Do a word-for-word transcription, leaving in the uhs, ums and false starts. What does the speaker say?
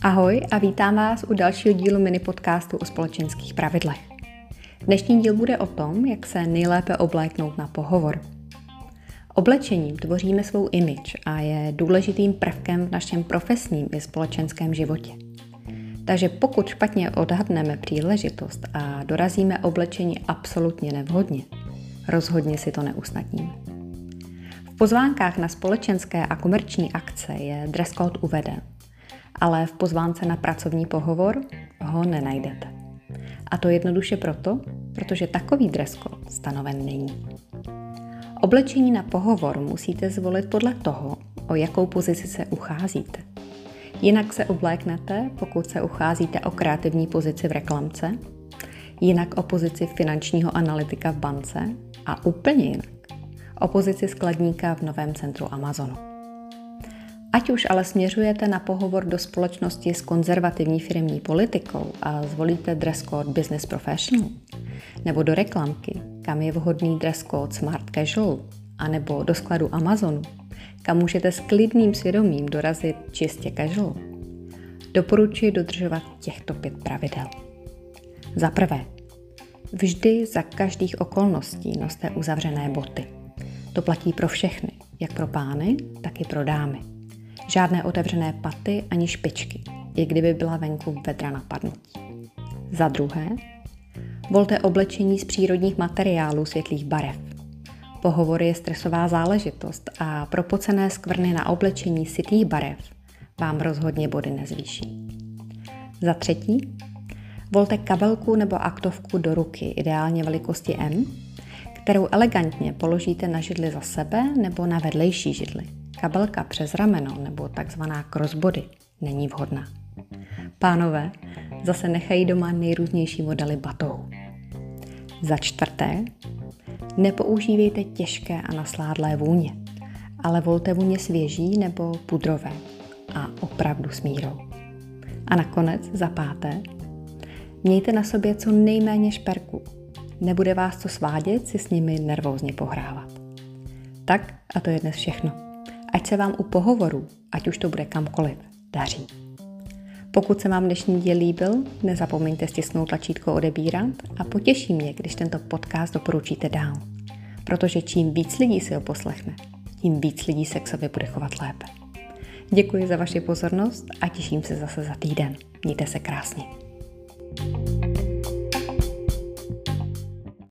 Ahoj a vítám vás u dalšího dílu mini podcastu o společenských pravidlech. Dnešní díl bude o tom, jak se nejlépe obléknout na pohovor. Oblečením tvoříme svou image a je důležitým prvkem v našem profesním i společenském životě. Takže pokud špatně odhadneme příležitost a dorazíme oblečení absolutně nevhodně, rozhodně si to neusnadníme. V pozvánkách na společenské a komerční akce je dress code uveden, ale v pozvánce na pracovní pohovor ho nenajdete. A to jednoduše proto, protože takový dress code stanoven není. Oblečení na pohovor musíte zvolit podle toho, o jakou pozici se ucházíte. Jinak se obléknete, pokud se ucházíte o kreativní pozici v reklamce, jinak o pozici finančního analytika v bance a úplně jinak o pozici skladníka v novém centru Amazonu. Ať už ale směřujete na pohovor do společnosti s konzervativní firemní politikou a zvolíte dress code business professional, nebo do reklamky, kam je vhodný dress code smart casual, anebo do skladu Amazonu, kam můžete s klidným svědomím dorazit čistě casual, doporučuji dodržovat těchto pět pravidel. Za prvé, vždy za každých okolností noste uzavřené boty. To platí pro všechny, jak pro pány, tak i pro dámy. Žádné otevřené paty ani špičky, i kdyby byla venku vedra napadnutí. Za druhé, volte oblečení z přírodních materiálů světlých barev. Pohovor je stresová záležitost a propocené skvrny na oblečení sytých barev vám rozhodně body nezvýší. Za třetí, volte kabelku nebo aktovku do ruky, ideálně velikosti M, kterou elegantně položíte na židli za sebe nebo na vedlejší židli. Kabelka přes rameno nebo takzvaná crossbody není vhodná. Pánové zase nechají doma nejrůznější modely batohů. Za čtvrté, nepoužívejte těžké a nasládlé vůně, ale volte vůně svěží nebo pudrové a opravdu s mírou. A nakonec za páté, mějte na sobě co nejméně šperků. Nebude vás co svádět si s nimi nervózně pohrávat. Tak a to je dnes všechno. Ať se vám u pohovorů, ať už to bude kamkoliv, daří. Pokud se vám dnešní díl líbil, nezapomeňte stisknout tlačítko odebírat a potěší mě, když tento podcast doporučíte dál. Protože čím víc lidí si ho poslechne, tím víc lidí se k sobě bude chovat lépe. Děkuji za vaši pozornost a těším se zase za týden. Mějte se krásně.